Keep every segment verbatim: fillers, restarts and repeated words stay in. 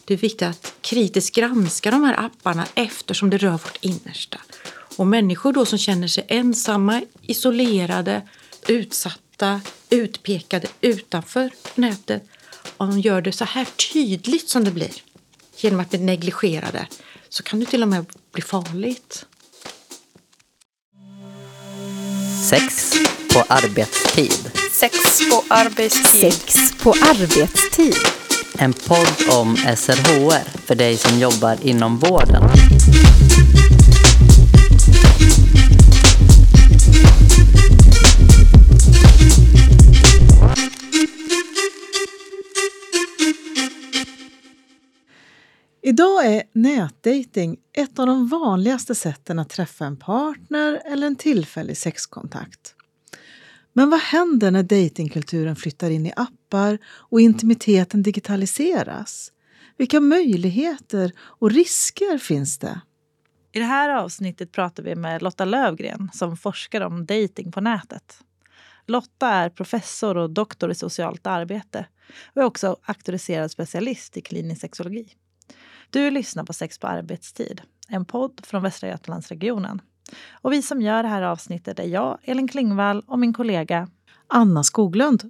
Det är viktigt att kritiskt granska de här apparna eftersom det rör vårt innersta. Och människor då som känner sig ensamma, isolerade, utsatta, utpekade utanför nätet. Om de gör det så här tydligt som det blir genom att bli negligerade så kan det till och med bli farligt. Sex på arbetstid. Sex på arbetstid. Sex på arbetstid. En podd om S R H R för dig som jobbar inom vården. Idag är nätdating ett av de vanligaste sätten att träffa en partner eller en tillfällig sexkontakt. Men vad händer när datingkulturen flyttar in i appar och intimiteten digitaliseras? Vilka möjligheter och risker finns det? I det här avsnittet pratar vi med Lotta Lövgren som forskar om dating på nätet. Lotta är professor och doktor i socialt arbete och är också auktoriserad specialist i klinisk sexologi. Du lyssnar på Sex på arbetstid, en podd från Västra Götalandsregionen. Och vi som gör det här avsnittet är jag, Elin Klingvall, och min kollega Anna Skoglund.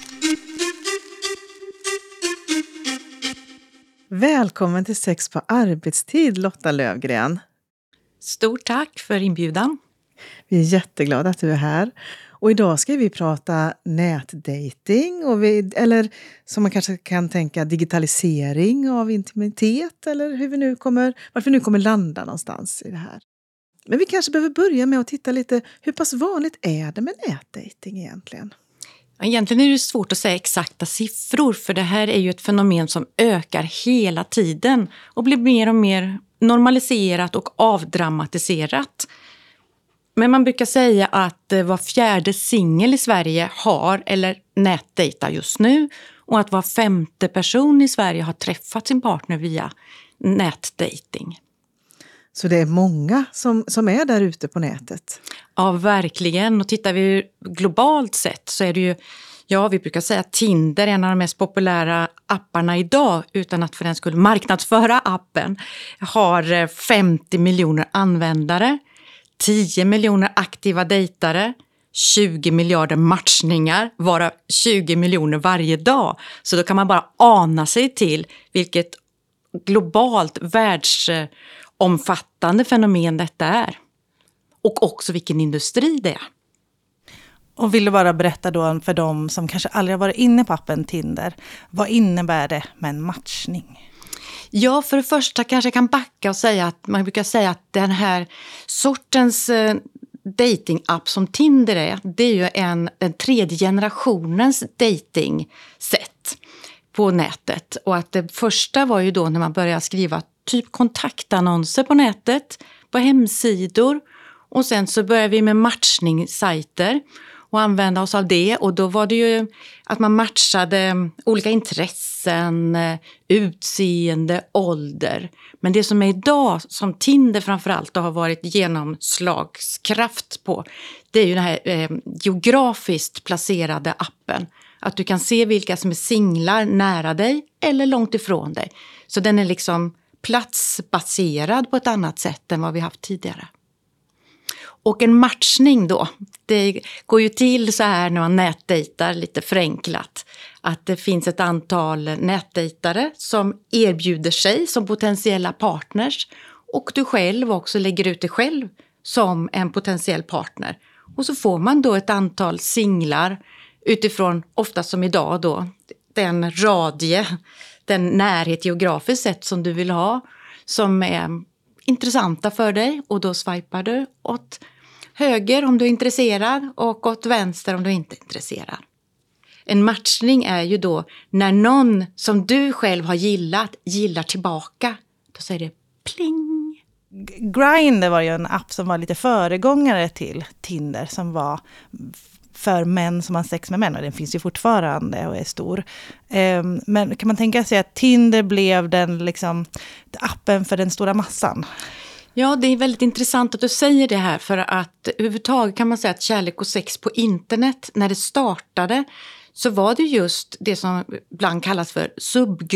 Välkommen till Sex på arbetstid, Lotta Lövgren. Stort tack för inbjudan. Vi är jätteglada att du är här. Och idag ska vi prata nätdating, och vi, eller som man kanske kan tänka digitalisering av intimitet, eller hur vi nu kommer, varför vi nu kommer landa någonstans i det här. Men vi kanske behöver börja med att titta lite, hur pass vanligt är det med nätdating egentligen? Egentligen är det svårt att säga exakta siffror, för det här är ju ett fenomen som ökar hela tiden och blir mer och mer normaliserat och avdramatiserat. Men man brukar säga att var fjärde singel i Sverige har eller nätdejtar just nu, och att var femte person i Sverige har träffat sin partner via nätdating. Så det är många som, som är där ute på nätet? Ja, verkligen. Och tittar vi globalt sett så är det ju, ja, vi brukar säga att Tinder är en av de mest populära apparna idag, utan att för den skulle marknadsföra appen, har femtio miljoner användare. tio miljoner aktiva dejtare, tjugo miljarder matchningar, varav tjugo miljoner varje dag. Så då kan man bara ana sig till vilket globalt världsomfattande fenomen detta är. Och också vilken industri det är. Och vill du bara berätta då för dem som kanske aldrig har varit inne på appen Tinder, vad innebär det med en matchning? Ja, för det första kanske jag kan backa och säga att man brukar säga att den här sortens eh, datingapp som Tinder är, det är ju en, en tredje generationens datingsätt på nätet. Och att det första var ju då när man började skriva typ kontaktannonser på nätet, på hemsidor. Och sen så började vi med matchningssajter och använda oss av det. Och då var det ju att man matchade olika intressen, utseende, ålder. Men det som är idag, som Tinder framförallt har varit genomslagskraft på, det är ju den här eh, geografiskt placerade appen. Att du kan se vilka som är singlar nära dig eller långt ifrån dig. Så den är liksom platsbaserad på ett annat sätt än vad vi haft tidigare. Och en matchning då, det går ju till så här när man nätdejtar lite förenklat. Att det finns ett antal nätdejtare som erbjuder sig som potentiella partners. Och du själv också lägger ut dig själv som en potentiell partner. Och så får man då ett antal singlar utifrån, ofta som idag då, den radie, den närhet geografiskt sett som du vill ha. Som är intressanta för dig, och då swipar du åt höger om du är intresserad och åt vänster om du inte är intresserad. En matchning är ju då när någon som du själv har gillat gillar tillbaka. Då säger det pling. Grindr var ju en app som var lite föregångare till Tinder, som var för män som har sex med män, och den finns ju fortfarande och är stor. Men kan man tänka sig att Tinder blev den liksom appen för den stora massan? Ja, det är väldigt intressant att du säger det här, för att överhuvudtaget kan man säga att kärlek och sex på internet, när det startade, så var det just det som ibland kallas för subgrupper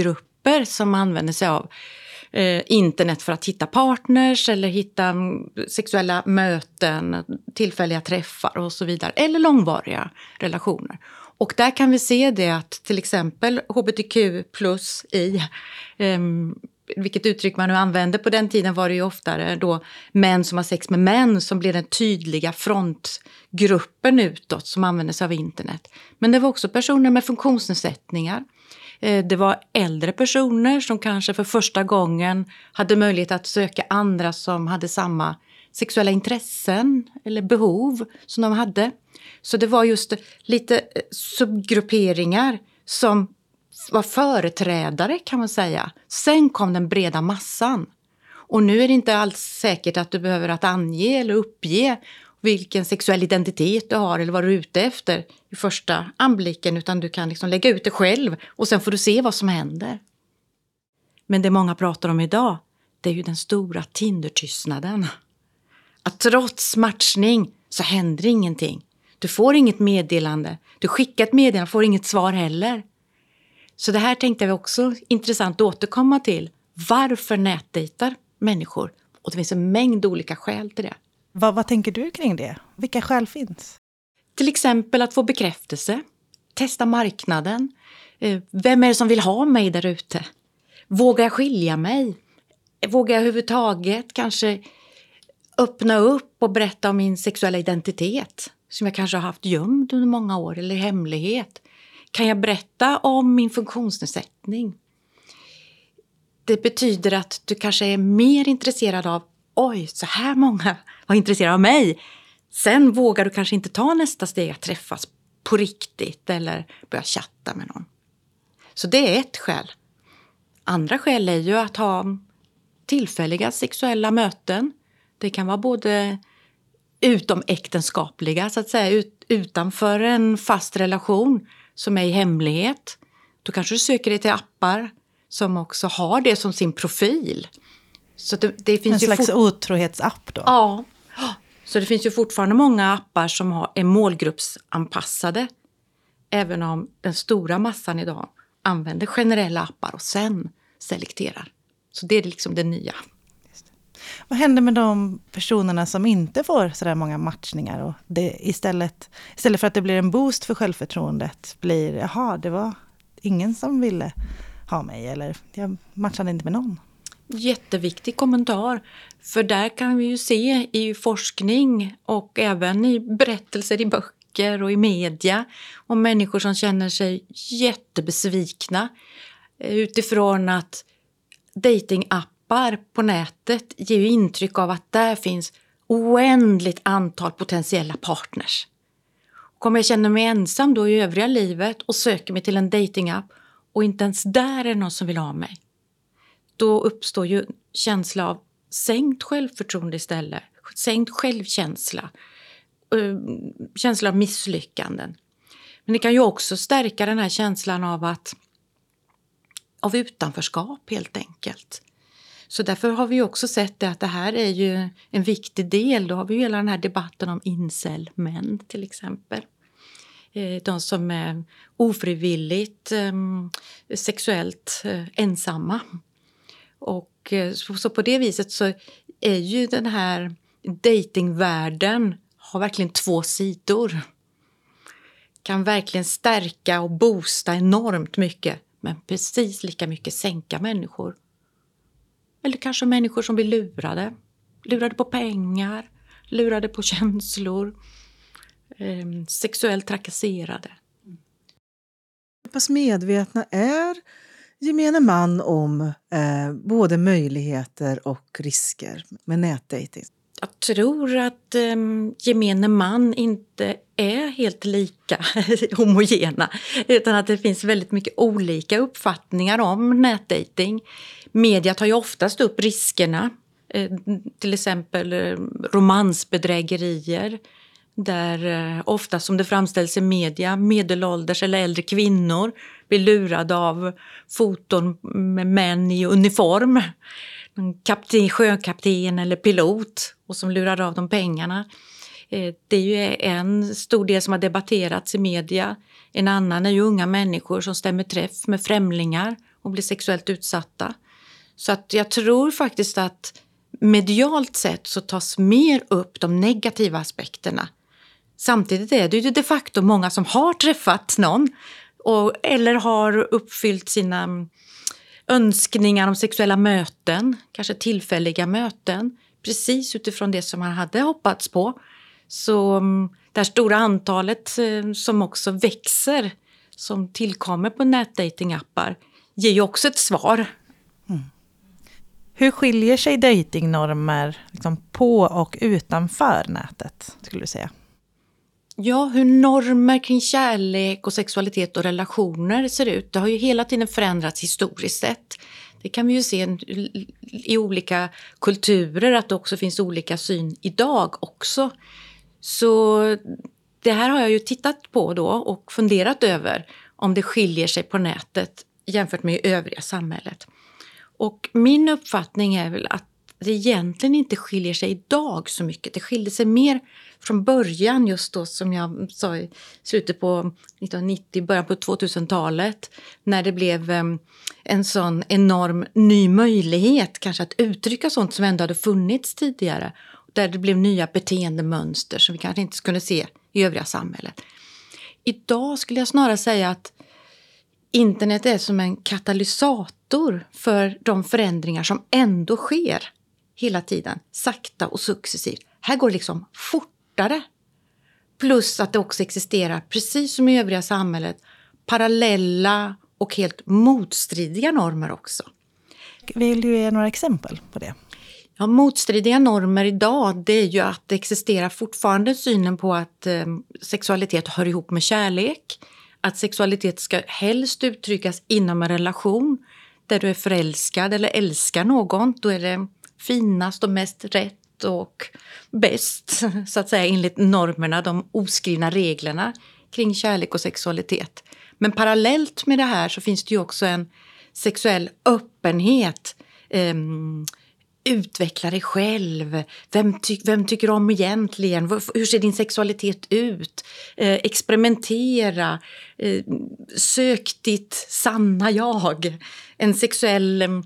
grupper som använder sig av eh, internet för att hitta partners eller hitta sexuella möten, tillfälliga träffar och så vidare. Eller långvariga relationer. Och där kan vi se det att till exempel H B T Q plus i, eh, vilket uttryck man nu använde på den tiden, var det ju oftare då män som har sex med män som blir den tydliga frontgruppen utåt som använder sig av internet. Men det var också personer med funktionsnedsättningar. Det var äldre personer som kanske för första gången hade möjlighet att söka andra som hade samma sexuella intressen eller behov som de hade. Så det var just lite subgrupperingar som var företrädare kan man säga. Sen kom den breda massan. Och nu är det inte alls säkert att du behöver att ange eller uppge vilken sexuell identitet du har eller vad du är ute efter i första anblicken. Utan du kan liksom lägga ut det själv och sen får du se vad som händer. Men det många pratar om idag, det är ju den stora Tinder-tystnaden. Att trots matchning så händer ingenting. Du får inget meddelande. Du skickar ett meddelande, får inget svar heller. Så det här tänkte vi också intressant att återkomma till. Varför nätdejtar människor? Och det finns en mängd olika skäl till det. Vad, vad tänker du kring det? Vilka skäl finns? Till exempel att få bekräftelse. Testa marknaden. Vem är det som vill ha mig där ute? Vågar jag skilja mig? Vågar jag överhuvudtaget kanske öppna upp och berätta om min sexuella identitet? Som jag kanske har haft gömd under många år eller i hemlighet. Kan jag berätta om min funktionsnedsättning? Det betyder att du kanske är mer intresserad av, oj, så här många var intresserade av mig. Sen vågar du kanske inte ta nästa steg att träffas på riktigt eller börja chatta med någon. Så det är ett skäl. Andra skäl är ju att ha tillfälliga sexuella möten. Det kan vara både utomäktenskapliga, så att säga, ut, utanför en fast relation som är i hemlighet. Då kanske du söker dig till appar som också har det som sin profil. Så det, det finns en ju slags fort- otrohetsapp då? Ja, så det finns ju fortfarande många appar som har, är målgruppsanpassade. Även om den stora massan idag använder generella appar och sen selekterar. Så det är liksom det nya. Vad händer med de personerna som inte får så där många matchningar och det istället, istället för att det blir en boost för självförtroendet blir, jaha, det var ingen som ville ha mig eller jag matchade inte med någon? Jätteviktig kommentar. För där kan vi ju se i forskning och även i berättelser i böcker och i media om människor som känner sig jättebesvikna utifrån att datingappar på nätet ger ju intryck av att där finns oändligt antal potentiella partners. Kommer jag känna mig ensam då i övriga livet och söker mig till en datingapp och inte ens där är någon som vill ha mig. Då uppstår ju känsla av sänkt självförtroende istället. Sänkt självkänsla. Känsla av misslyckanden. Men det kan ju också stärka den här känslan av att av utanförskap helt enkelt. Så därför har vi också sett det att det här är ju en viktig del. Då har vi ju hela den här debatten om incel-män till exempel. De som är ofrivilligt sexuellt ensamma. Och så på det viset så är ju den här datingvärlden har verkligen två sidor. Kan verkligen stärka och boosta enormt mycket. Men precis lika mycket sänka människor. Eller kanske människor som blir lurade. Lurade på pengar. Lurade på känslor. Eh, sexuellt trakasserade. Hur pass medvetna är gemene man om eh, både möjligheter och risker med nätdating? Jag tror att eh, gemene man inte är helt lika homogena. Utan att det finns väldigt mycket olika uppfattningar om nätdating. Media tar ju oftast upp riskerna. Eh, till exempel eh, romansbedrägerier. Där eh, ofta som det framställs i media, medelålders eller äldre kvinnor blir lurade av foton med män i uniform. Kapten, sjökapten eller pilot och som lurar av dem pengarna. Eh, det är ju en stor del som har debatterats i media. En annan är ju unga människor som stämmer träff med främlingar och blir sexuellt utsatta. Så att jag tror faktiskt att medialt sett så tas mer upp de negativa aspekterna. Samtidigt är det ju de facto många som har träffat någon och, eller har uppfyllt sina önskningar om sexuella möten, kanske tillfälliga möten, precis utifrån det som man hade hoppats på. Så det här stora antalet som också växer, som tillkommer på nätdatingappar, ger ju också ett svar. Mm. Hur skiljer sig datingnormer liksom på och utanför nätet, skulle du säga? Ja, hur normer kring kärlek och sexualitet och relationer ser ut, det har ju hela tiden förändrats historiskt sett. Det kan vi ju se i olika kulturer, att det också finns olika syn idag också. Så det här har jag ju tittat på då och funderat över om det skiljer sig på nätet jämfört med övriga samhället. Och min uppfattning är väl att det egentligen inte skiljer sig idag så mycket. Det skiljer sig mer från början, just då som jag sa i slutet på nittonhundranittio, början på tvåtusentalet. När det blev en sån enorm ny möjlighet kanske att uttrycka sånt som ändå hade funnits tidigare. Där det blev nya beteendemönster som vi kanske inte skulle se i övriga samhället. Idag skulle jag snarare säga att internet är som en katalysator för de förändringar som ändå sker hela tiden, sakta och successivt. Här går det liksom fortare. Plus att det också existerar, precis som i övriga samhället, parallella och helt motstridiga normer också. Vill du ge några exempel på det? Ja, motstridiga normer idag, det är ju att det existerar fortfarande synen på att eh, sexualitet hör ihop med kärlek. Att sexualitet ska helst uttryckas inom en relation där du är förälskad eller älskar någon. Då är det finast och mest rätt och bäst, så att säga, enligt normerna, de oskrivna reglerna kring kärlek och sexualitet. Men parallellt med det här så finns det ju också en sexuell öppenhet. Eh, Utveckla dig själv. Vem, ty- vem tycker om egentligen? Hur ser din sexualitet ut? Eh, experimentera. Eh, sök ditt sanna jag. En sexuell eh,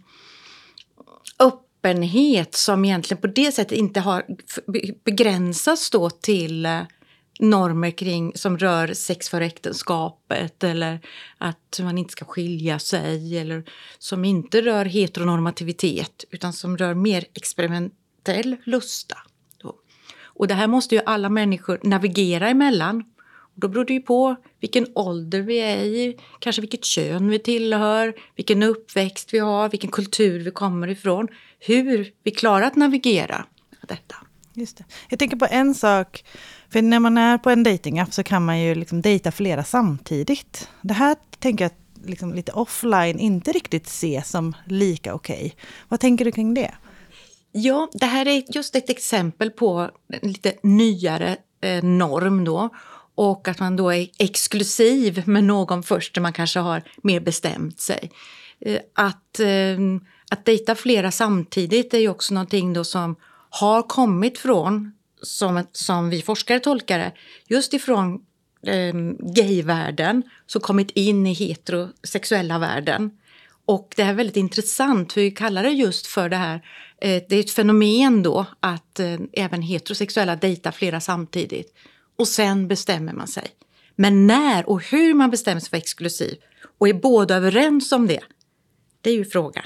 öppenhet som egentligen på det sättet inte har begränsats då till eh, normer kring som rör sex för äktenskapet eller att man inte ska skilja sig, eller som inte rör heteronormativitet utan som rör mer experimentell lusta. Och det här måste ju alla människor navigera emellan. Och då beror det ju på vilken ålder vi är i, kanske vilket kön vi tillhör, vilken uppväxt vi har, vilken kultur vi kommer ifrån, hur vi klarar att navigera detta. Just det. Jag tänker på en sak, för när man är på en datingapp så kan man ju liksom dejta flera samtidigt. Det här tänker jag liksom lite offline inte riktigt ses som lika okej. Vad tänker du kring det? Ja, det här är just ett exempel på en lite nyare eh, norm då. Och att man då är exklusiv med någon först när man kanske har mer bestämt sig. Eh, att, eh, att dejta flera samtidigt är ju också någonting då som har kommit från, som, som vi forskare tolkar det, just ifrån eh, gayvärlden som kommit in i heterosexuella världen. Och det här är väldigt intressant, för vi kallar det just för det här, eh, det är ett fenomen då att eh, även heterosexuella dejtar flera samtidigt. Och sen bestämmer man sig. Men när och hur man bestämmer sig för exklusiv och är båda överens om det, det är ju frågan.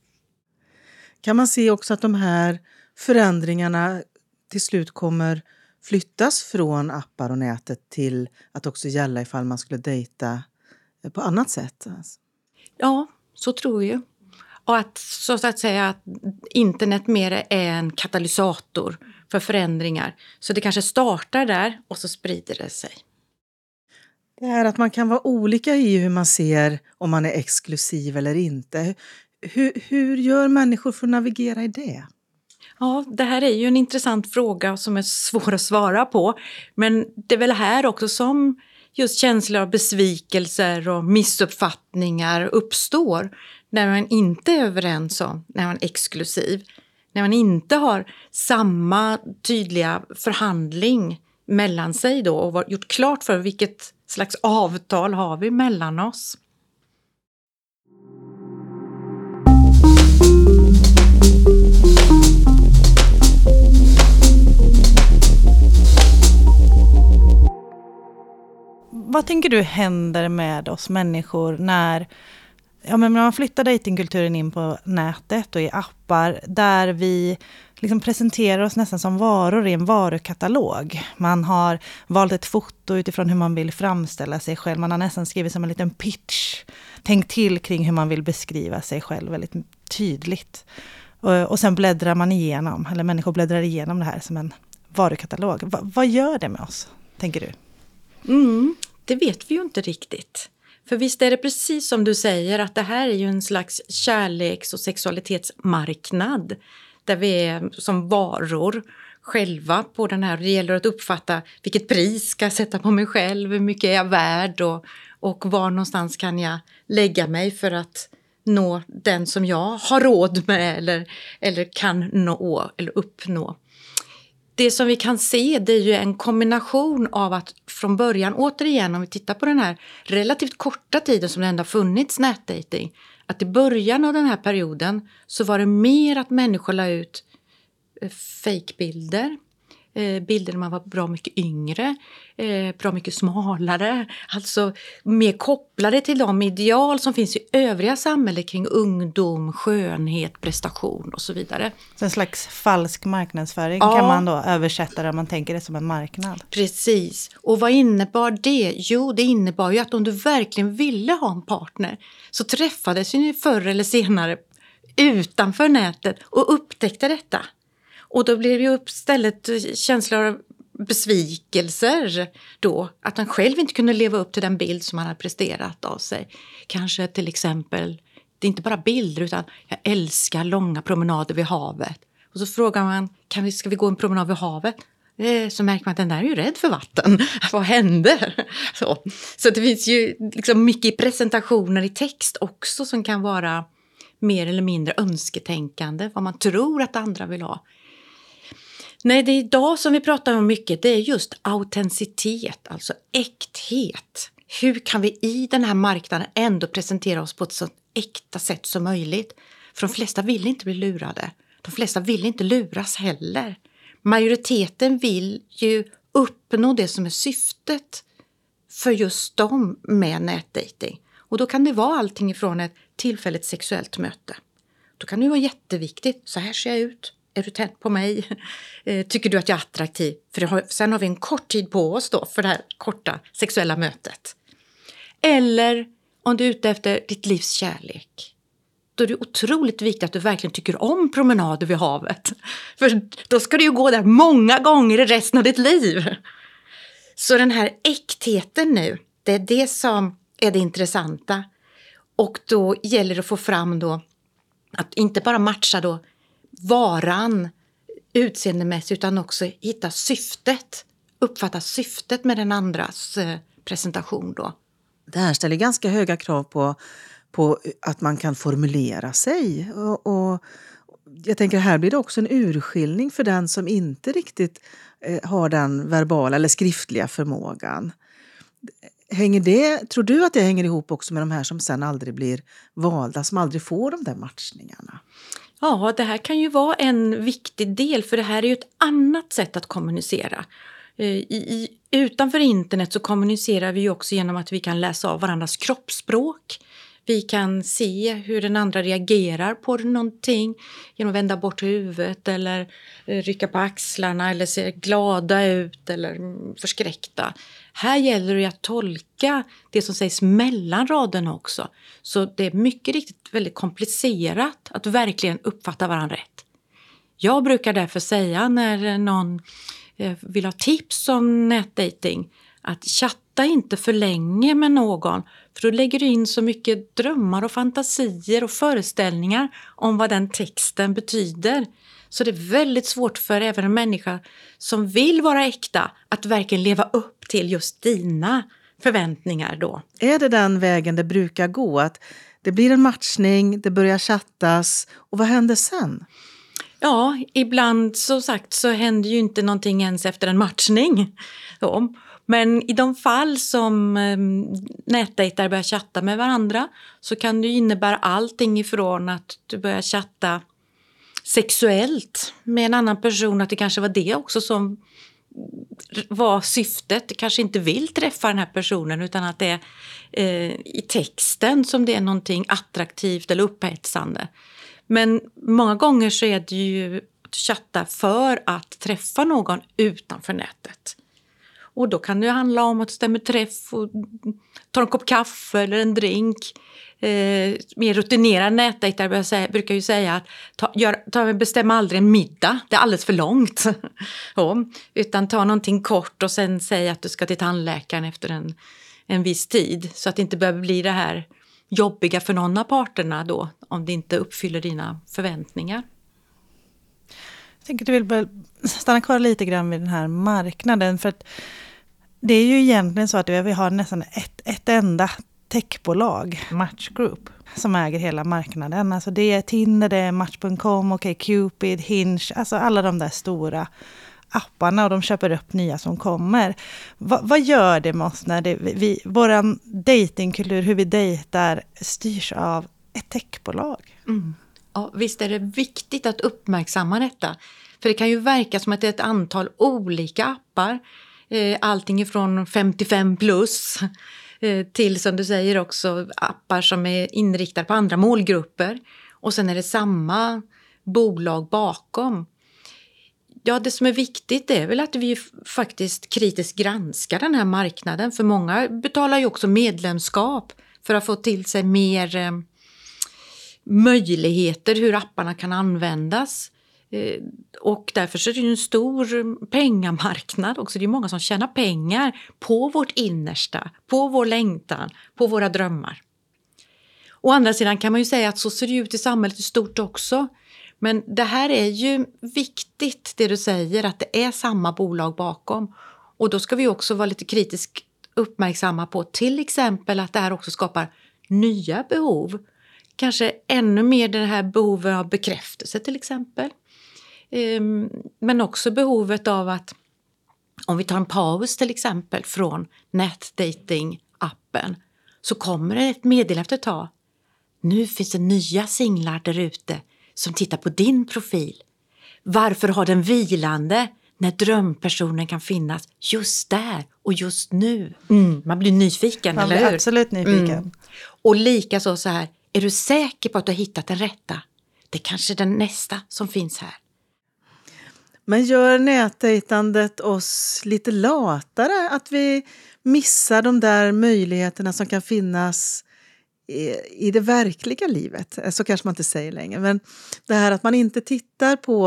Kan man se också att de här förändringarna till slut kommer flyttas från appar och nätet till att också gälla ifall man skulle dejta på annat sätt? Ja, så tror jag. Och att så att säga att internet mer är en katalysator för förändringar. Så det kanske startar där och så sprider det sig. Det här att man kan vara olika i hur man ser om man är exklusiv eller inte. Hur, hur gör människor för att navigera i det? Ja, det här är ju en intressant fråga som är svår att svara på. Men det är väl här också som just känslor av besvikelser och missuppfattningar uppstår. När man inte är överens om, när man är exklusiv. När man inte har samma tydliga förhandling mellan sig då. Och gjort klart för vilket slags avtal har vi mellan oss. vad tänker du händer med oss människor när, ja, men när man flyttar datingkulturen in på nätet och i appar där vi liksom presenterar oss nästan som varor i en varukatalog. Man har valt ett foto utifrån hur man vill framställa sig själv. Man har nästan skrivit som en liten pitch. Tänkt till kring hur man vill beskriva sig själv väldigt tydligt. Och, och sen bläddrar man igenom, eller människor bläddrar igenom det här som en varukatalog. Va, vad gör det med oss, tänker du? Mm, det vet vi ju inte riktigt. För visst är det precis som du säger att det här är ju en slags kärleks- och sexualitetsmarknad. Där vi är som varor själva på den här. Det gäller att uppfatta vilket pris ska jag sätta på mig själv, hur mycket är jag värd och, och var någonstans kan jag lägga mig för att nå den som jag har råd med eller, eller kan nå eller uppnå. Det som vi kan se, det är ju en kombination av att från början, återigen om vi tittar på den här relativt korta tiden som det ändå har funnits nätdating, att i början av den här perioden så var det mer att människor la ut eh, fejkbilder, eh, bilder när man var bra mycket yngre, eh, bra mycket smalare, alltså mer kopplade till de ideal som finns i övriga samhället kring ungdom, skönhet, prestation och så vidare. Så en slags falsk marknadsföring ja. kan man då översätta det om man tänker det som en marknad. Precis. Och vad innebar det? Jo, det innebar ju att om du verkligen ville ha en partner så träffades ni förr eller senare utanför nätet och upptäckte detta. Och då blev det ju istället känslor av besvikelser då. Att han själv inte kunde leva upp till den bild som han hade presterat av sig. Kanske till exempel, det är inte bara bilder utan jag älskar långa promenader vid havet. Och så frågar man, kan vi, ska vi gå en promenad vid havet? Eh, så märker man att den där är ju rädd för vatten. Vad händer? Så, så det finns ju liksom mycket i presentationer i text också som kan vara mer eller mindre önsketänkande. Vad man tror att andra vill ha. Nej, det är idag som vi pratar om mycket, det är just autenticitet, alltså äkthet. Hur kan vi i den här marknaden ändå presentera oss på ett så äkta sätt som möjligt? För de flesta vill inte bli lurade. De flesta vill inte luras heller. Majoriteten vill ju uppnå det som är syftet för just dem med nätdating. Och då kan det vara allting ifrån ett tillfälligt sexuellt möte. Då kan det vara jätteviktigt, så här ser jag ut. Är du tänd på mig? Tycker du att jag är attraktiv? För det har, sen har vi en kort tid på oss då för det här korta sexuella mötet. Eller om du är ute efter ditt livs kärlek. Då är det otroligt viktigt att du verkligen tycker om promenader vid havet. För då ska du ju gå där många gånger i resten av ditt liv. Så den här äktheten nu, det är det som är det intressanta. Och då gäller det att få fram då att inte bara matcha då varan utseendemässigt utan också hitta syftet, uppfatta syftet med den andras eh, presentation då. Det här ställer ganska höga krav på, på att man kan formulera sig. Och, och jag tänker här blir det också en urskiljning för den som inte riktigt eh, har den verbala eller skriftliga förmågan. Hänger det, tror du att det hänger ihop också med de här som sen aldrig blir valda, som aldrig får de där matchningarna? Ja, det här kan ju vara en viktig del för det här är ju ett annat sätt att kommunicera. I, i, utanför internet så kommunicerar vi ju också genom att vi kan läsa av varandras kroppsspråk. Vi kan se hur den andra reagerar på någonting genom att vända bort huvudet eller rycka på axlarna eller se glada ut eller förskräckta. Här gäller det att tolka det som sägs mellan raderna också. Så det är mycket riktigt väldigt komplicerat att verkligen uppfatta varandra rätt. Jag brukar därför säga när någon vill ha tips om nätdating att chatta inte för länge med någon. För då lägger du in så mycket drömmar och fantasier och föreställningar om vad den texten betyder. Så det är väldigt svårt för även en människa som vill vara äkta att verkligen leva upp till just dina förväntningar då. Är det den vägen det brukar gå? Att det blir en matchning, det börjar chattas och vad händer sen? Ja, ibland så sagt så händer ju inte någonting ens efter en matchning. Så. Men i de fall som eh, nätdejtare börjar chatta med varandra så kan det innebära allting ifrån att du börjar chatta sexuellt med en annan person. Att det kanske var det också som vad syftet, kanske inte vill träffa den här personen utan att det är eh, i texten som det är någonting attraktivt eller upphetsande. Men många gånger så är det ju att chatta för att träffa någon utanför nätet. Och då kan det handla om att stämma träff och ta en kopp kaffe eller en drink. Eh, mer rutinerad nätdejtare brukar ju säga att ta, gör, ta, bestäm aldrig en middag, det är alldeles för långt. ja, utan ta någonting kort och sen säga att du ska till tandläkaren efter en, en viss tid. Så att det inte behöver bli det här jobbiga för någon av parterna då, om det inte uppfyller dina förväntningar. Jag tänker att du vill stanna kvar lite grann vid den här marknaden. För att det är ju egentligen så att vi har nästan ett, ett enda techbolag, Match Group, som äger hela marknaden. Alltså det är Tinder, det är Match punkt com, OkCupid, Hinge, alltså alla de där stora apparna, och de köper upp nya som kommer. Va, vad gör det med oss när det, vi, våran datingkultur, hur vi dejtar, styrs av ett techbolag? Mm. Ja, visst är det viktigt att uppmärksamma detta. För det kan ju verka som att det är ett antal olika appar. Eh, allting ifrån femtiofem plus eh, till, som du säger, också appar som är inriktade på andra målgrupper. Och sen är det samma bolag bakom. Ja, det som är viktigt är väl att vi faktiskt kritiskt granskar den här marknaden. För många betalar ju också medlemskap för att få till sig mer eh, möjligheter hur apparna kan användas. Eh, och därför så är det ju en stor pengamarknad också. Det är många som tjänar pengar på vårt innersta, på vår längtan, på våra drömmar. Å andra sidan kan man ju säga att så ser det ut i samhället i stort också. Men det här är ju viktigt, det du säger, att det är samma bolag bakom. Och då ska vi också vara lite kritiskt uppmärksamma på till exempel att det här också skapar nya behov. Kanske ännu mer det här behovet av bekräftelse till exempel. Men också behovet av att, om vi tar en paus till exempel från nätdating-appen, så kommer det ett meddelande efter ett tag. Nu finns det nya singlar där ute som tittar på din profil. Varför har den vilande när drömpersonen kan finnas just där och just nu? Mm, man blir nyfiken, man eller blir hur? Absolut nyfiken. Mm. Och lika så, så här, är du säker på att du har hittat den rätta? Det är kanske den nästa som finns här. Men gör nätdejtandet oss lite latare? Att vi missar de där möjligheterna som kan finnas i, i det verkliga livet? Så kanske man inte säger längre. Men det här att man inte tittar på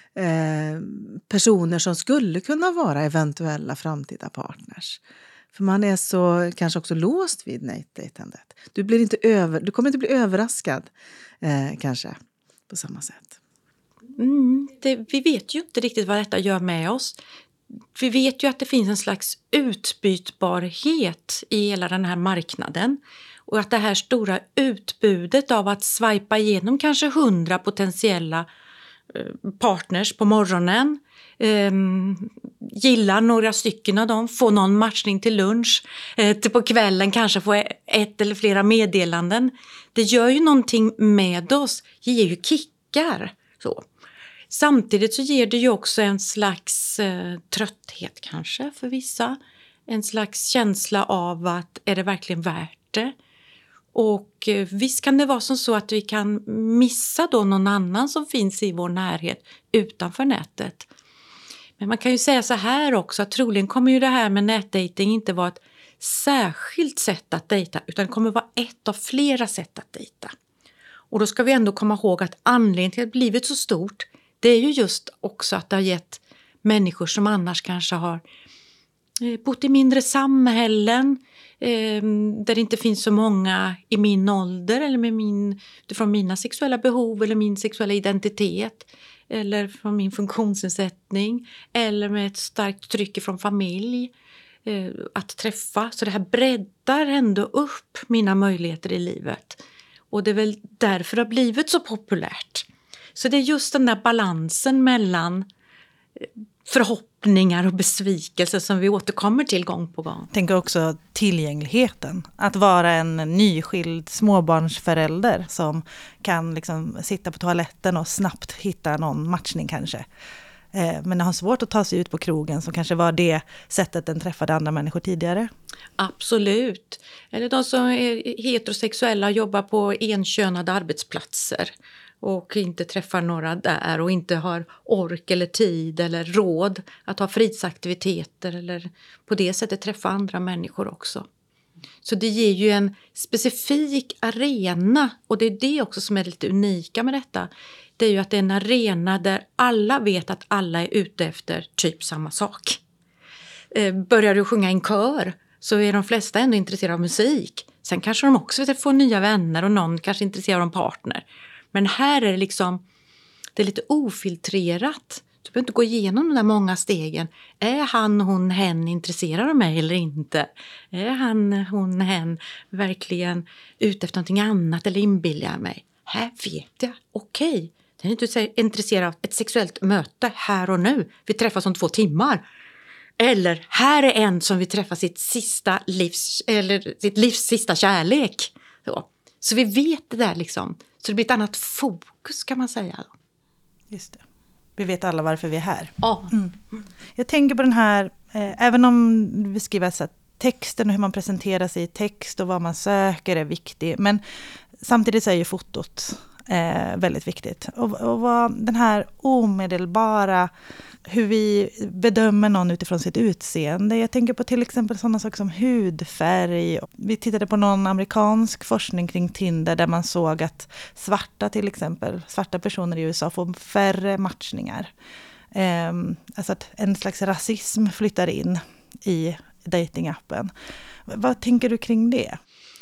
eh, personer som skulle kunna vara eventuella framtida partners. För man är så kanske också låst vid nätdejtandet. Du, blir inte över, du kommer inte bli överraskad eh, kanske på samma sätt. Mm, det, vi vet ju inte riktigt vad detta gör med oss. Vi vet ju att det finns en slags utbytbarhet i hela den här marknaden. Och att det här stora utbudet av att swipa igenom kanske hundra potentiella eh, partners på morgonen. Eh, gilla några stycken av dem, få någon matchning till lunch. Eh, till på kvällen kanske få ett eller flera meddelanden. Det gör ju någonting med oss, det ger ju kickar. Så. Samtidigt så ger det ju också en slags eh, trötthet kanske för vissa. En slags känsla av att är det verkligen värt det? Och eh, visst kan det vara som så att vi kan missa då någon annan som finns i vår närhet utanför nätet. Men man kan ju säga så här också, att troligen kommer ju det här med nätdating inte vara ett särskilt sätt att dejta, utan det kommer vara ett av flera sätt att dejta. Och då ska vi ändå komma ihåg att anledningen till att det blivit så stort, det är ju just också att det har gett människor som annars kanske har bott i mindre samhällen, eh, där det inte finns så många i min ålder eller med min, utifrån mina sexuella behov eller min sexuella identitet eller från min funktionsnedsättning eller med ett starkt tryck från familj eh, att träffa. Så det här breddar ändå upp mina möjligheter i livet. Och det är väl därför det har blivit så populärt. Så det är just den där balansen mellan förhoppningar och besvikelser som vi återkommer till gång på gång. Jag tänker också tillgängligheten. Att vara en nyskild småbarnsförälder som kan liksom sitta på toaletten och snabbt hitta någon matchning kanske. Eh, men har svårt att ta sig ut på krogen, som kanske var det sättet den träffade andra människor tidigare. Absolut. Eller de som är heterosexuella och jobbar på enkönade arbetsplatser och inte träffar några där och inte har ork eller tid eller råd att ha fritidsaktiviteter eller på det sättet träffa andra människor också. Så det ger ju en specifik arena, och det är det också som är lite unika med detta. Det är ju att det är en arena där alla vet att alla är ute efter typ samma sak. Eh, börjar du sjunga i en kör så är de flesta ändå intresserade av musik. Sen kanske de också vill få nya vänner och någon kanske är intresserad av en partner. Men här är det liksom, det är lite ofiltrerat. Du behöver inte gå igenom de där många stegen. Är han, hon, hen intresserad av mig eller inte? Är han, hon, hen verkligen ute efter någonting annat eller inbillar mig? Här vet jag, okej. Okay. Den är inte intresserad av ett sexuellt möte här och nu. Vi träffas om två timmar. Eller här är en som vill träffa sitt sista livs, eller sitt livs sista kärlek. Så, så vi vet det där liksom. Så det blir ett annat fokus kan man säga. Just det. Vi vet alla varför vi är här. Ja. Mm. Jag tänker på den här, eh, även om vi beskriver så att texten och hur man presenterar sig i text och vad man söker är viktigt. Men samtidigt så är ju fotot eh, väldigt viktigt. Och, och vad den här omedelbara, hur vi bedömer någon utifrån sitt utseende. Jag tänker på till exempel sådana saker som hudfärg. Vi tittade på någon amerikansk forskning kring Tinder där man såg att svarta till exempel, svarta personer i U S A får färre matchningar. Eh, alltså att en slags rasism flyttar in i datingappen. Vad tänker du kring det?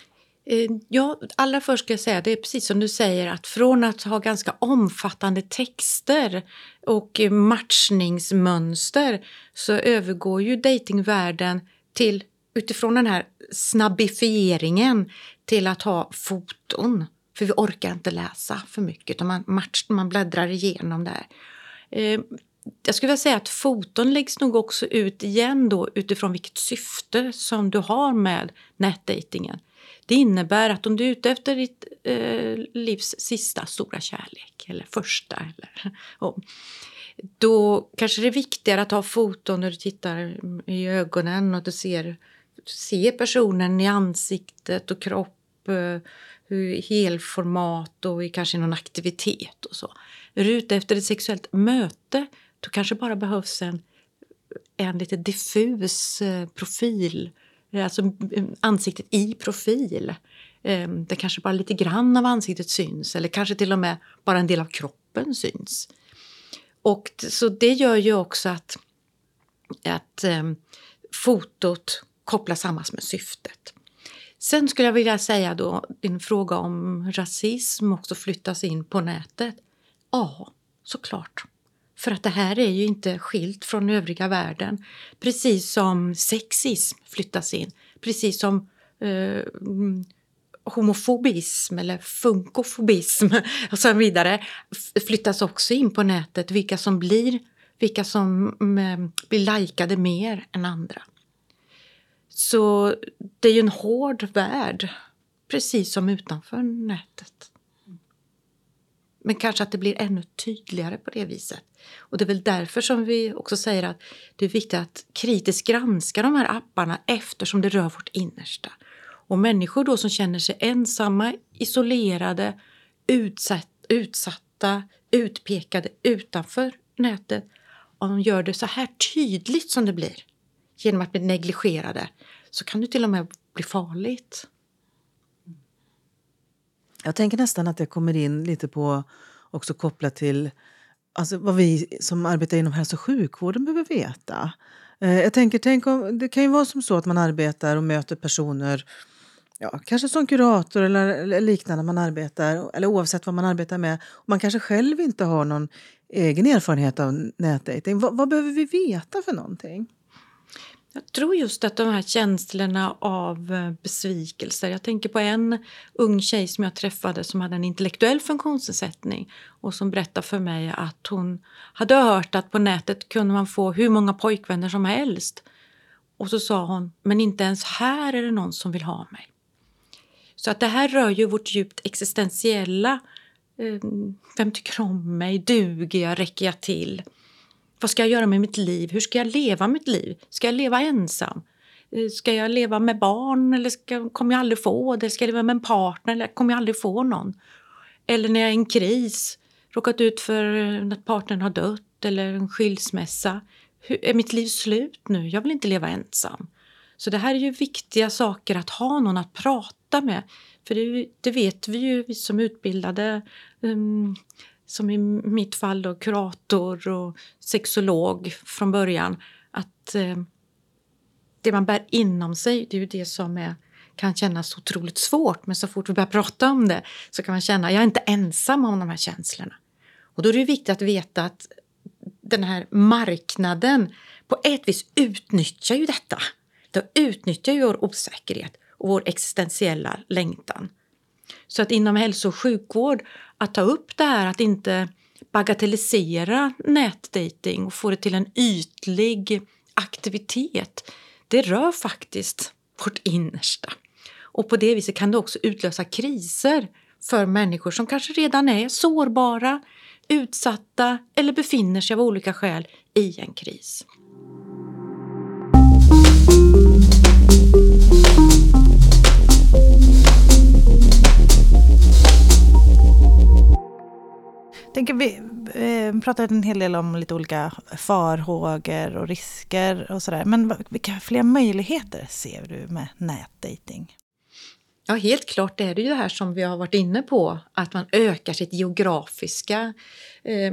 Ja, allra först ska jag säga, det är precis som du säger, att från att ha ganska omfattande texter och matchningsmönster så övergår ju datingvärlden till, utifrån den här snabbifieringen, till att ha foton. För vi orkar inte läsa för mycket utan man, match, man bläddrar igenom där. Jag skulle vilja säga att foton läggs nog också ut igen då utifrån vilket syfte som du har med nätdatingen. Det innebär att om du är ute efter ditt eh, livs sista stora kärlek eller första, eller, och, då kanske det är viktigare att ha foton när du tittar i ögonen och du ser, ser personen i ansiktet och kropp, eh, hur helformat och kanske någon aktivitet och så. Är du ute efter ett sexuellt möte, då kanske bara behövs en, en lite diffus eh, profil. Alltså ansiktet i profil. Det kanske bara lite grann av ansiktet syns. Eller kanske till och med bara en del av kroppen syns. Och så det gör ju också att, att um, fotot kopplas samman med syftet. Sen skulle jag vilja säga då, din fråga om rasism också flyttas in på nätet. Ja, såklart. För att det här är ju inte skilt från övriga världen. Precis som sexism flyttas in. Precis som eh, homofobism eller funkofobism och så vidare flyttas också in på nätet. Vilka som blir, vilka som eh, blir likade mer än andra. Så det är ju en hård värld. Precis som utanför nätet. Men kanske att det blir ännu tydligare på det viset. Och det är väl därför som vi också säger att det är viktigt att kritiskt granska de här apparna eftersom det rör vårt innersta. Och människor då som känner sig ensamma, isolerade, utsatt, utsatta, utpekade utanför nätet. Om de gör det så här tydligt som det blir genom att bli negligerade så kan det till och med bli farligt. Jag tänker nästan att det kommer in lite på också kopplat till alltså vad vi som arbetar inom hälso- och sjukvården behöver veta. Jag tänker, tänk om, det kan ju vara som så att man arbetar och möter personer, ja, kanske som kurator eller liknande man arbetar, eller oavsett vad man arbetar med. Man kanske själv inte har någon egen erfarenhet av nätdating. Vad, vad behöver vi veta för någonting? Jag tror just att de här känslorna av besvikelser. Jag tänker på en ung tjej som jag träffade som hade en intellektuell funktionsnedsättning. Och som berättade för mig att hon hade hört att på nätet kunde man få hur många pojkvänner som helst. Och så sa hon, men inte ens här är det någon som vill ha mig. Så att det här rör ju vårt djupt existentiella. Vem tycker om mig? Duger jag? Räcker jag till? vad ska jag göra med mitt liv? Hur ska jag leva mitt liv? Ska jag leva ensam? Ska jag leva med barn eller ska, kommer jag aldrig få det? Ska jag leva med en partner eller kommer jag aldrig få någon? Eller när jag är i en kris, råkat ut för att partnern har dött eller en skilsmässa. Hur, är mitt liv slut nu? Jag vill inte leva ensam. Så det här är ju viktiga saker att ha någon att prata med. För det, det vet vi ju, vi som utbildade, um, som i mitt fall då, kurator och sexolog från början, att um, det man bär inom sig, det är ju det som är, kan kännas otroligt svårt. Men så fort vi börjar prata om det så kan man känna, jag är inte ensam om de här känslorna. Och då är det viktigt att veta att den här marknaden på ett vis utnyttjar ju detta. Det utnyttjar ju vår osäkerhet och vår existentiella längtan. Så att inom hälso- och sjukvård att ta upp det här, att inte bagatellisera nätdating och få det till en ytlig aktivitet. Det rör faktiskt vårt innersta. Och på det viset kan det också utlösa kriser för människor som kanske redan är sårbara, utsatta eller befinner sig av olika skäl i en kris. Tänker vi eh, pratat en hel del om lite olika farhågor och risker och sådär. Men vilka fler möjligheter ser du med nätdating? Ja, helt klart är det ju det här som vi har varit inne på. Att man ökar sitt geografiska, eh,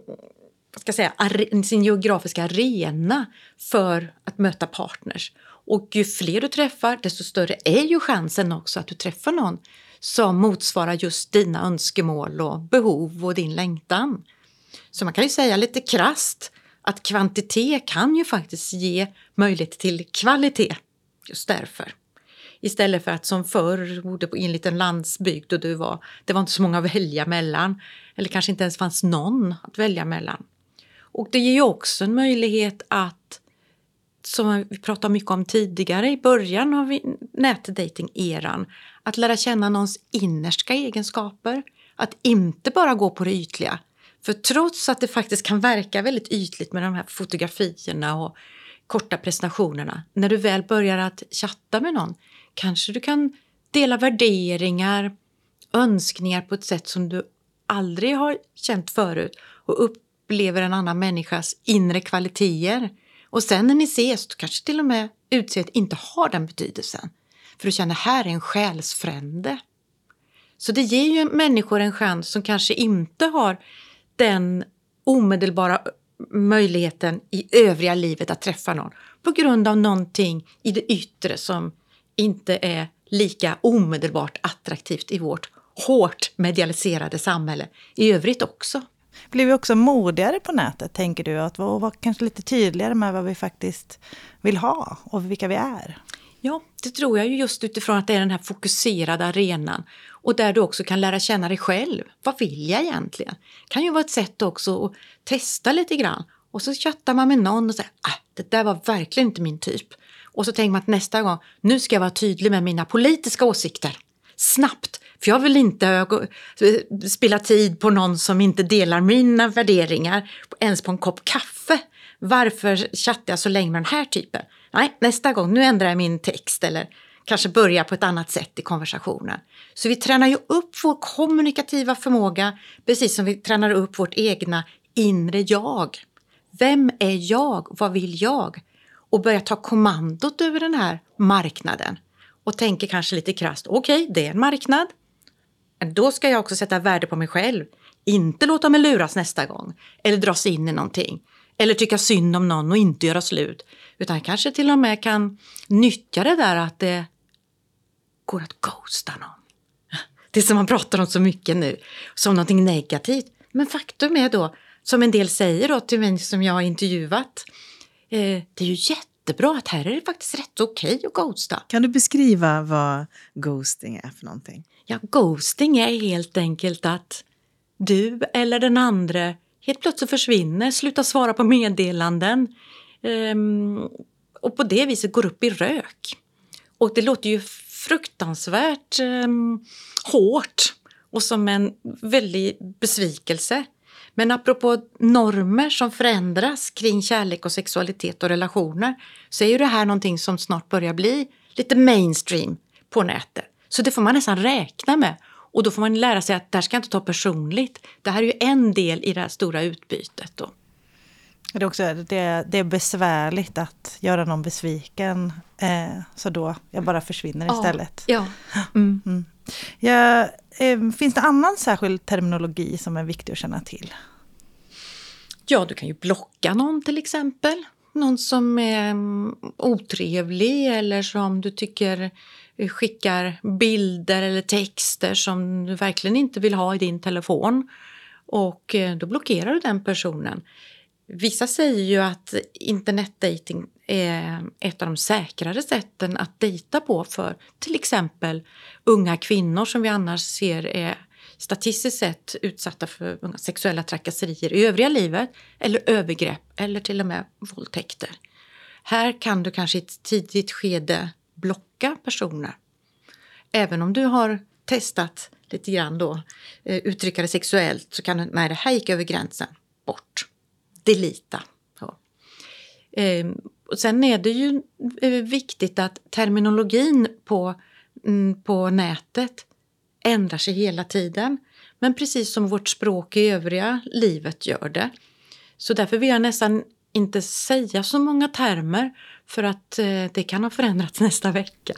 ska säga, are, sin geografiska arena för att möta partners. Och ju fler du träffar, desto större är ju chansen också att du träffar någon som motsvarar just dina önskemål och behov och din längtan. Så man kan ju säga lite krasst att kvantitet kan ju faktiskt ge möjlighet till kvalitet. Just därför. Istället för att som förr bodde på en liten landsbygd och du var, det var inte så många att välja mellan. Eller kanske inte ens fanns någon att välja mellan. Och det ger ju också en möjlighet att, som vi pratade mycket om tidigare i början av nätdating-eran, att lära känna någons innersta egenskaper. Att inte bara gå på det ytliga. För trots att det faktiskt kan verka väldigt ytligt med de här fotografierna och korta presentationerna. När du väl börjar att chatta med någon, kanske du kan dela värderingar, önskningar på ett sätt som du aldrig har känt förut. Och upplever en annan människas inre kvaliteter. Och sen när ni ses, då kanske till och med utseendet inte har den betydelsen. För du känner, här är en själsfrände. Så det ger ju människor en chans som kanske inte har den omedelbara möjligheten i övriga livet att träffa någon. På grund av någonting i det yttre som inte är lika omedelbart attraktivt i vårt hårt medialiserade samhälle. I övrigt också. Blir vi också modigare på nätet, tänker du? Att vara, vara kanske lite tydligare med vad vi faktiskt vill ha och vilka vi är? Ja, det tror jag ju just utifrån att det är den här fokuserade arenan. Och där du också kan lära känna dig själv. Vad vill jag egentligen? Kan ju vara ett sätt också att testa lite grann. Och så chattar man med någon och säger, ah, det där var verkligen inte min typ. Och så tänker man att nästa gång, nu ska jag vara tydlig med mina politiska åsikter. Snabbt. För jag vill inte spilla tid på någon som inte delar mina värderingar. Ens på en kopp kaffe. Varför chattar jag så länge med den här typen? Nej, nästa gång, nu ändrar jag min text. Eller kanske börjar på ett annat sätt i konversationen. Så vi tränar ju upp vår kommunikativa förmåga. Precis som vi tränar upp vårt egna inre jag. Vem är jag? Vad vill jag? Och börja ta kommandot över den här marknaden. Och tänker kanske lite krasst, okej, okay, det är en marknad. Men då ska jag också sätta värde på mig själv. Inte låta mig luras nästa gång. Eller dras in i någonting. Eller tycka synd om någon och inte göra slut. Utan kanske till och med kan nyttja det där att det går att ghosta någon. Det som man pratar om så mycket nu. Som någonting negativt. Men faktum är då, som en del säger då till mig som jag har intervjuat. Eh, det är ju jättebra att här är det faktiskt rätt okej att ghosta. Kan du beskriva vad ghosting är för någonting? Ja, ghosting är helt enkelt att du eller den andra helt plötsligt försvinner, slutar svara på meddelanden um, och på det viset går upp i rök. Och det låter ju fruktansvärt um, hårt och som en väldig besvikelse. Men apropå normer som förändras kring kärlek och sexualitet och relationer, så är ju det här någonting som snart börjar bli lite mainstream på nätet. Så det får man nästan räkna med. Och då får man lära sig att det här ska inte ta personligt. Det här är ju en del i det här stora utbytet då. Det är, också, det, det är besvärligt att göra någon besviken. Eh, så då jag bara försvinner Ja, istället. Ja. Mm. Mm. Ja, eh, finns det annan särskild terminologi som är viktig att känna till? Ja, du kan ju blocka någon till exempel. Någon som är mm, otrevlig eller som du tycker skickar bilder eller texter som du verkligen inte vill ha i din telefon. Och eh, då blockerar du den personen. Vissa säger ju att internetdating är ett av de säkrare sätten att dejta på för till exempel unga kvinnor som vi annars ser är statistiskt sett utsatta för unga sexuella trakasserier i övriga livet eller övergrepp eller till och med våldtäkter. Här kan du kanske i ett tidigt skede blocka personer. Även om du har testat lite grann då, uttrycka det sexuellt, så kan du, nej det här gick över gränsen, bort. Delita. Ja. Eh, och sen är det ju eh, viktigt att terminologin på, mm, på nätet ändrar sig hela tiden. Men precis som vårt språk i övriga livet gör det. Så därför vill jag nästan inte säga så många termer för att eh, det kan ha förändrats nästa vecka.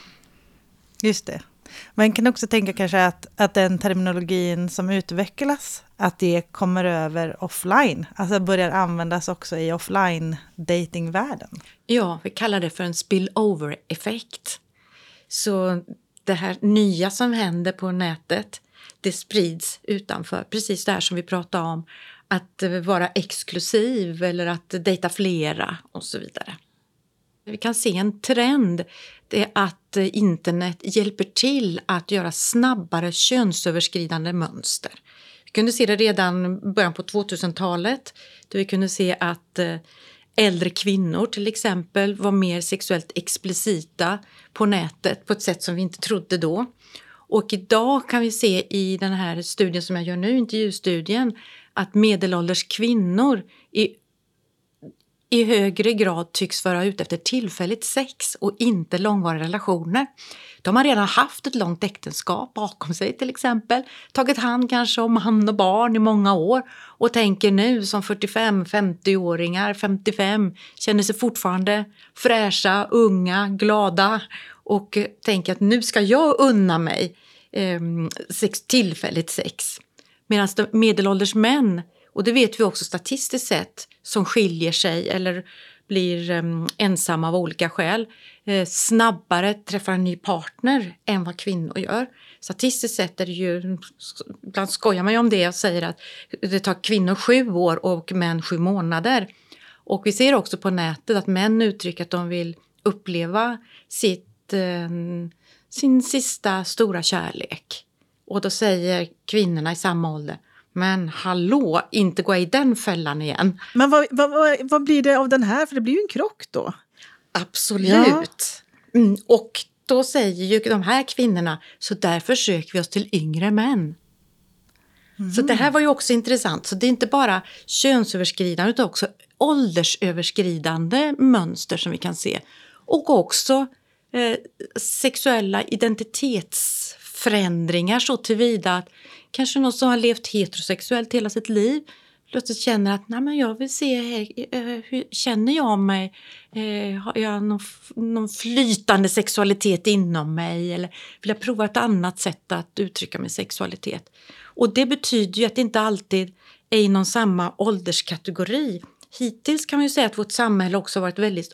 Just det. Man kan också tänka kanske att, att den terminologin som utvecklas, att det kommer över offline. Alltså börjar användas också i offline-datingvärlden. Ja, vi kallar det för en spillover-effekt. Så det här nya som händer på nätet, det sprids utanför. Precis det här som vi pratade om, att vara exklusiv eller att dejta flera och så vidare. Vi kan se en trend, det är att internet hjälper till att göra snabbare könsöverskridande mönster. Vi kunde se det redan början på tvåtusentalet, då vi kunde se att äldre kvinnor till exempel var mer sexuellt explicita på nätet på ett sätt som vi inte trodde då. Och idag kan vi se i den här studien som jag gör nu, intervjustudien, att medelålders kvinnor i i högre grad tycks vara ute efter tillfälligt sex och inte långvariga relationer. De har redan haft ett långt äktenskap bakom sig till exempel. Tagit hand kanske om man och barn i många år. Och tänker nu som fyrtiofem femtio-åringar, femtiofem, känner sig fortfarande fräscha, unga, glada. Och tänker att nu ska jag unna mig eh, sex, tillfälligt sex. Medan medelålders män, och det vet vi också statistiskt sett, som skiljer sig eller blir um, ensamma av olika skäl, eh, snabbare träffar en ny partner än vad kvinnor gör. Statistiskt sett är det ju, ibland skojar man ju om det och säger att det tar kvinnor sju år och män sju månader. Och vi ser också på nätet att män uttrycker att de vill uppleva sitt, eh, sin sista stora kärlek. Och då säger kvinnorna i samma ålder: men hallå, inte gå i den fällan igen. Men vad, vad, vad, vad blir det av den här? För det blir ju en krock då. Absolut. Ja. Mm, och då säger ju de här kvinnorna, så därför söker vi oss till yngre män. Mm. Så det här var ju också intressant. Så det är inte bara könsöverskridande utan också åldersöverskridande mönster som vi kan se. Och också eh, sexuella identitetsförändringar så tillvida att kanske någon som har levt heterosexuellt hela sitt liv plötsligt känner att nej, men jag vill se, eh, hur känner jag mig? Eh, har jag någon, någon flytande sexualitet inom mig? Eller vill jag prova ett annat sätt att uttrycka min sexualitet? Och det betyder ju att det inte alltid är inom samma ålderskategori. Hittills kan man ju säga att vårt samhälle också har varit väldigt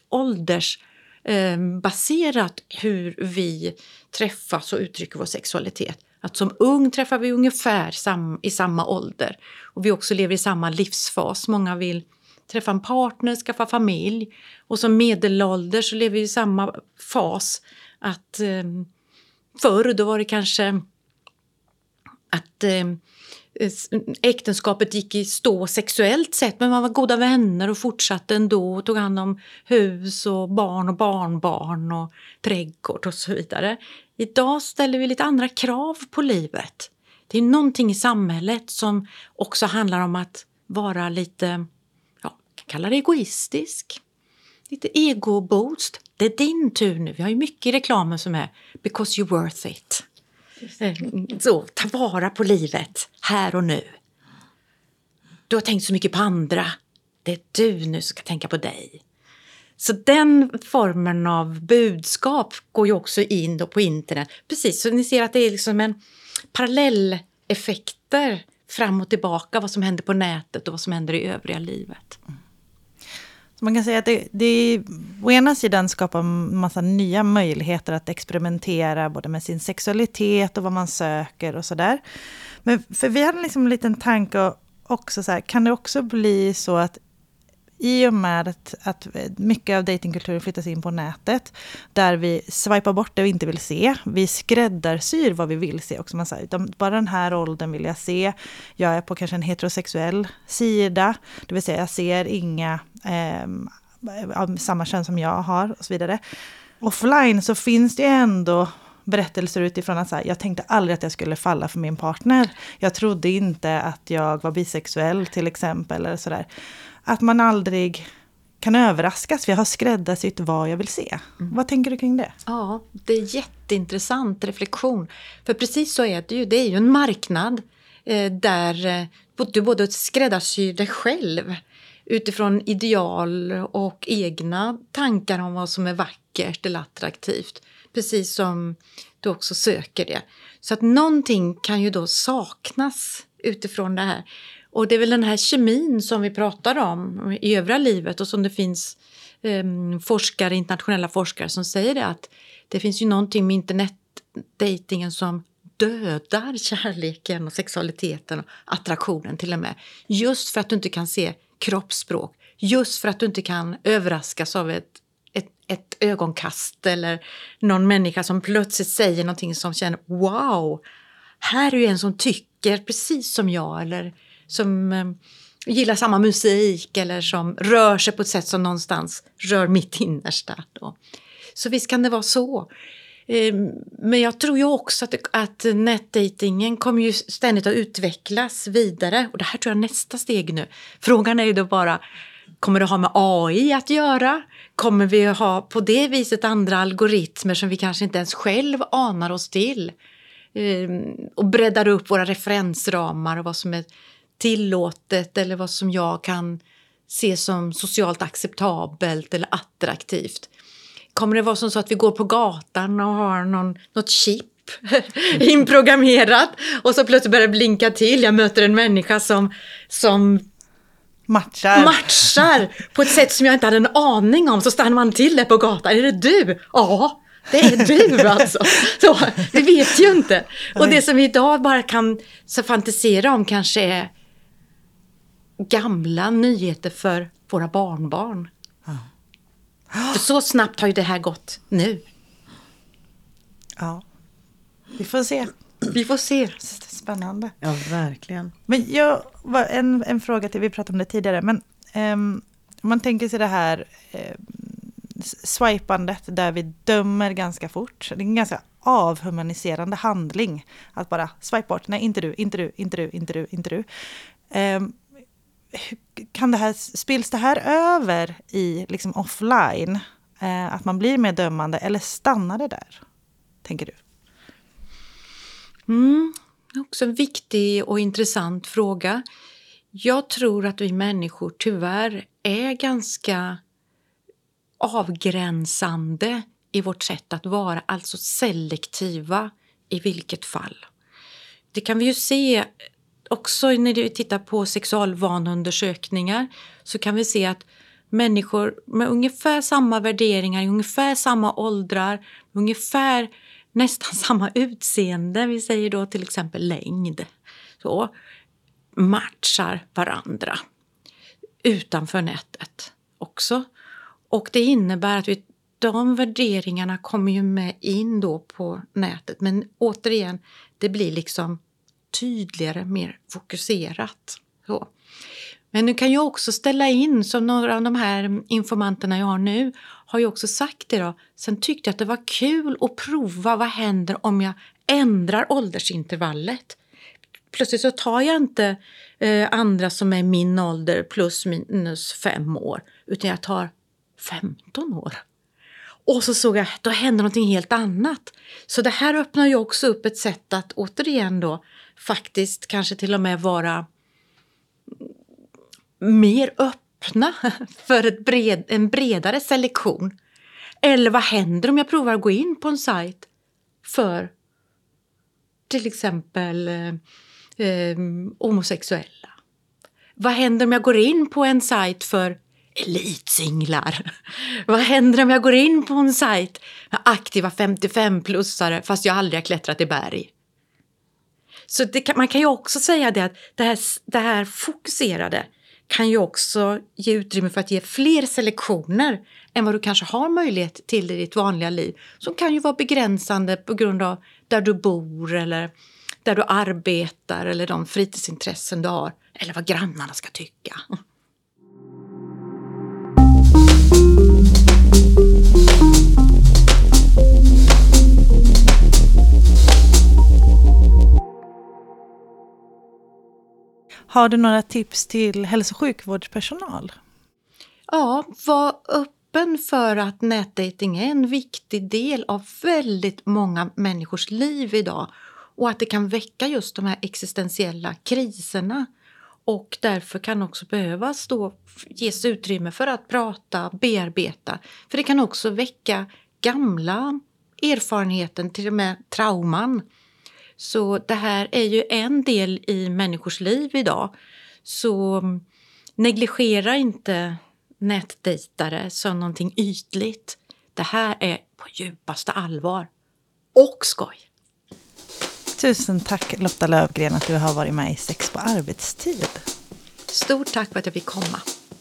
åldersbaserat eh, hur vi träffas och uttrycker vår sexualitet. Att som ung träffar vi ungefär sam, i samma ålder. Och vi också lever i samma livsfas. Många vill träffa en partner, skaffa familj. Och som medelålder så lever vi i samma fas. Att eh, förr då var det kanske att eh, äktenskapet gick i stå sexuellt sett. Men man var goda vänner och fortsatte ändå. Och tog hand om hus och barn och barnbarn och trädgård och så vidare. Idag ställer vi lite andra krav på livet. Det är någonting i samhället som också handlar om att vara lite, ja, kan kalla det egoistisk. Lite ego-boost. Det är din tur nu. Vi har ju mycket i reklamen som är because you're worth it. Så, ta vara på livet här och nu. Du har tänkt så mycket på andra. Det är du nu som ska tänka på dig. Så den formen av budskap går ju också in då på internet. Precis, så ni ser att det är liksom en parallelleffekter fram och tillbaka. Vad som händer på nätet och vad som händer i övriga livet. Så man kan säga att det, det å ena sidan skapar en massa nya möjligheter att experimentera både med sin sexualitet och vad man söker och sådär. Men för vi hade liksom en liten tanke också så här, kan det också bli så att i och med att, att mycket av datingkulturen flyttas in på nätet där vi swipar bort det vi inte vill se. Vi skräddarsyr vad vi vill se också. Man säger, bara den här åldern vill jag se. Jag är på kanske en heterosexuell sida. Det vill säga jag ser inga eh, av samma kön som jag har och så vidare. Offline så finns det ändå berättelser utifrån att så här, jag tänkte aldrig att jag skulle falla för min partner. Jag trodde inte att jag var bisexuell till exempel eller sådär. Att man aldrig kan överraskas för jag har skräddarsytt vad jag vill se. Mm. Vad tänker du kring det? Ja, det är jätteintressant reflektion. För precis så är det ju. Det är ju en marknad eh, där eh, du både skräddarsyr dig själv utifrån ideal och egna tankar om vad som är vackert eller attraktivt. Precis som du också söker det. Så att någonting kan ju då saknas utifrån det här. Och det är väl den här kemin som vi pratar om i övriga livet och som det finns eh, forskare, internationella forskare som säger det, att det finns ju någonting med internetdatingen som dödar kärleken och sexualiteten och attraktionen till och med. Just för att du inte kan se kroppsspråk, just för att du inte kan överraskas av ett, ett, ett ögonkast eller någon människa som plötsligt säger någonting som känner wow, här är ju en som tycker precis som jag eller som eh, gillar samma musik eller som rör sig på ett sätt som någonstans rör mitt innersta. Då. Så visst kan det vara så. Eh, men jag tror ju också att, att nätdatingen kommer ju ständigt att utvecklas vidare. Och det här tror jag är nästa steg nu. Frågan är ju då bara, kommer det ha med A I att göra? Kommer vi ha på det viset andra algoritmer som vi kanske inte ens själv anar oss till? Eh, och breddar upp våra referensramar och vad som är tillåtet eller vad som jag kan se som socialt acceptabelt eller attraktivt. Kommer det vara som så att vi går på gatan och har någon, något chip inprogrammerat och så plötsligt börjar det blinka till. Jag möter en människa som, som matchar. matchar på ett sätt som jag inte hade en aning om. Så stannar man till där på gatan. Är det du? Ja, det är du alltså. Så, vi vet ju inte. Och det som vi idag bara kan så fantisera om kanske är gamla nyheter för våra barnbarn. Ja. För så snabbt har ju det här gått nu. Ja, vi får se. Vi får se. Spännande. Ja, verkligen. Men jag, en, en fråga till, vi pratade om det tidigare. Men um, om man tänker sig det här um, swipandet där vi dömer ganska fort. Det är en ganska avhumaniserande handling. Att bara swipe bort. Nej, inte du, inte du, inte du, inte du, inte du. Um, kan det här, spills det här över i liksom offline? Eh, att man blir mer dömande eller stannar det där? Tänker du? Mm, också en viktig och intressant fråga. Jag tror att vi människor tyvärr är ganska avgränsande i vårt sätt att vara, alltså selektiva i vilket fall. Det kan vi ju se också när vi tittar på sexualvanundersökningar, så kan vi se att människor med ungefär samma värderingar, ungefär samma åldrar, ungefär nästan samma utseende, vi säger då till exempel längd, så matchar varandra utanför nätet också. Och det innebär att vi, de värderingarna kommer ju med in då på nätet. Men återigen, det blir liksom tydligare, mer fokuserat. Så. Men nu kan jag också ställa in, som några av de här informanterna jag har nu har ju också sagt det då. Sen tyckte jag att det var kul att prova vad händer om jag ändrar åldersintervallet. plötsligt så tar jag inte eh, andra som är min ålder plus minus fem år. Utan jag tar femton år. Och så såg jag att då händer någonting helt annat. Så det här öppnar ju också upp ett sätt att återigen då faktiskt kanske till och med vara mer öppna för ett bred, en bredare selektion. Eller vad händer om jag provar att gå in på en sajt för till exempel eh, eh, homosexuella? Vad händer om jag går in på en sajt för elitsinglar? Vad händer om jag går in på en sajt med aktiva femtiofem-plussare fast jag aldrig har klättrat i berg? Så det kan, man kan ju också säga det att det här, det här fokuserade kan ju också ge utrymme för att ge fler selektioner än vad du kanske har möjlighet till i ditt vanliga liv. Som kan ju vara begränsande på grund av där du bor eller där du arbetar eller de fritidsintressen du har. Eller vad grannarna ska tycka. Har du några tips till hälso- och sjukvårdspersonal? Ja, var öppen för att nätdating är en viktig del av väldigt många människors liv idag. Och att det kan väcka just de här existentiella kriserna. Och därför kan också behövas då ges utrymme för att prata, bearbeta. För det kan också väcka gamla erfarenheten, till och med trauman. Så det här är ju en del i människors liv idag. Så negligera inte nätdejtare som någonting ytligt. Det här är på djupaste allvar. Och skoj! Tusen tack Lotta Lövgren att du har varit med i Sex på arbetstid. Stort tack för att jag fick komma.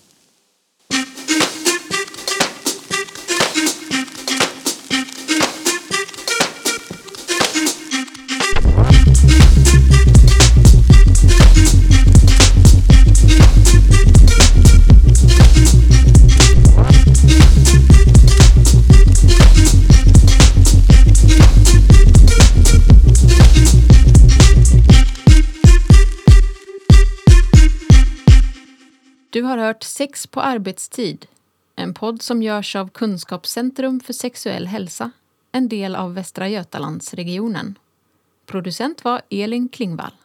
Du har hört Sex på arbetstid, en podd som görs av Kunskapscentrum för sexuell hälsa, en del av Västra Götalandsregionen. Producent var Elin Klingvall.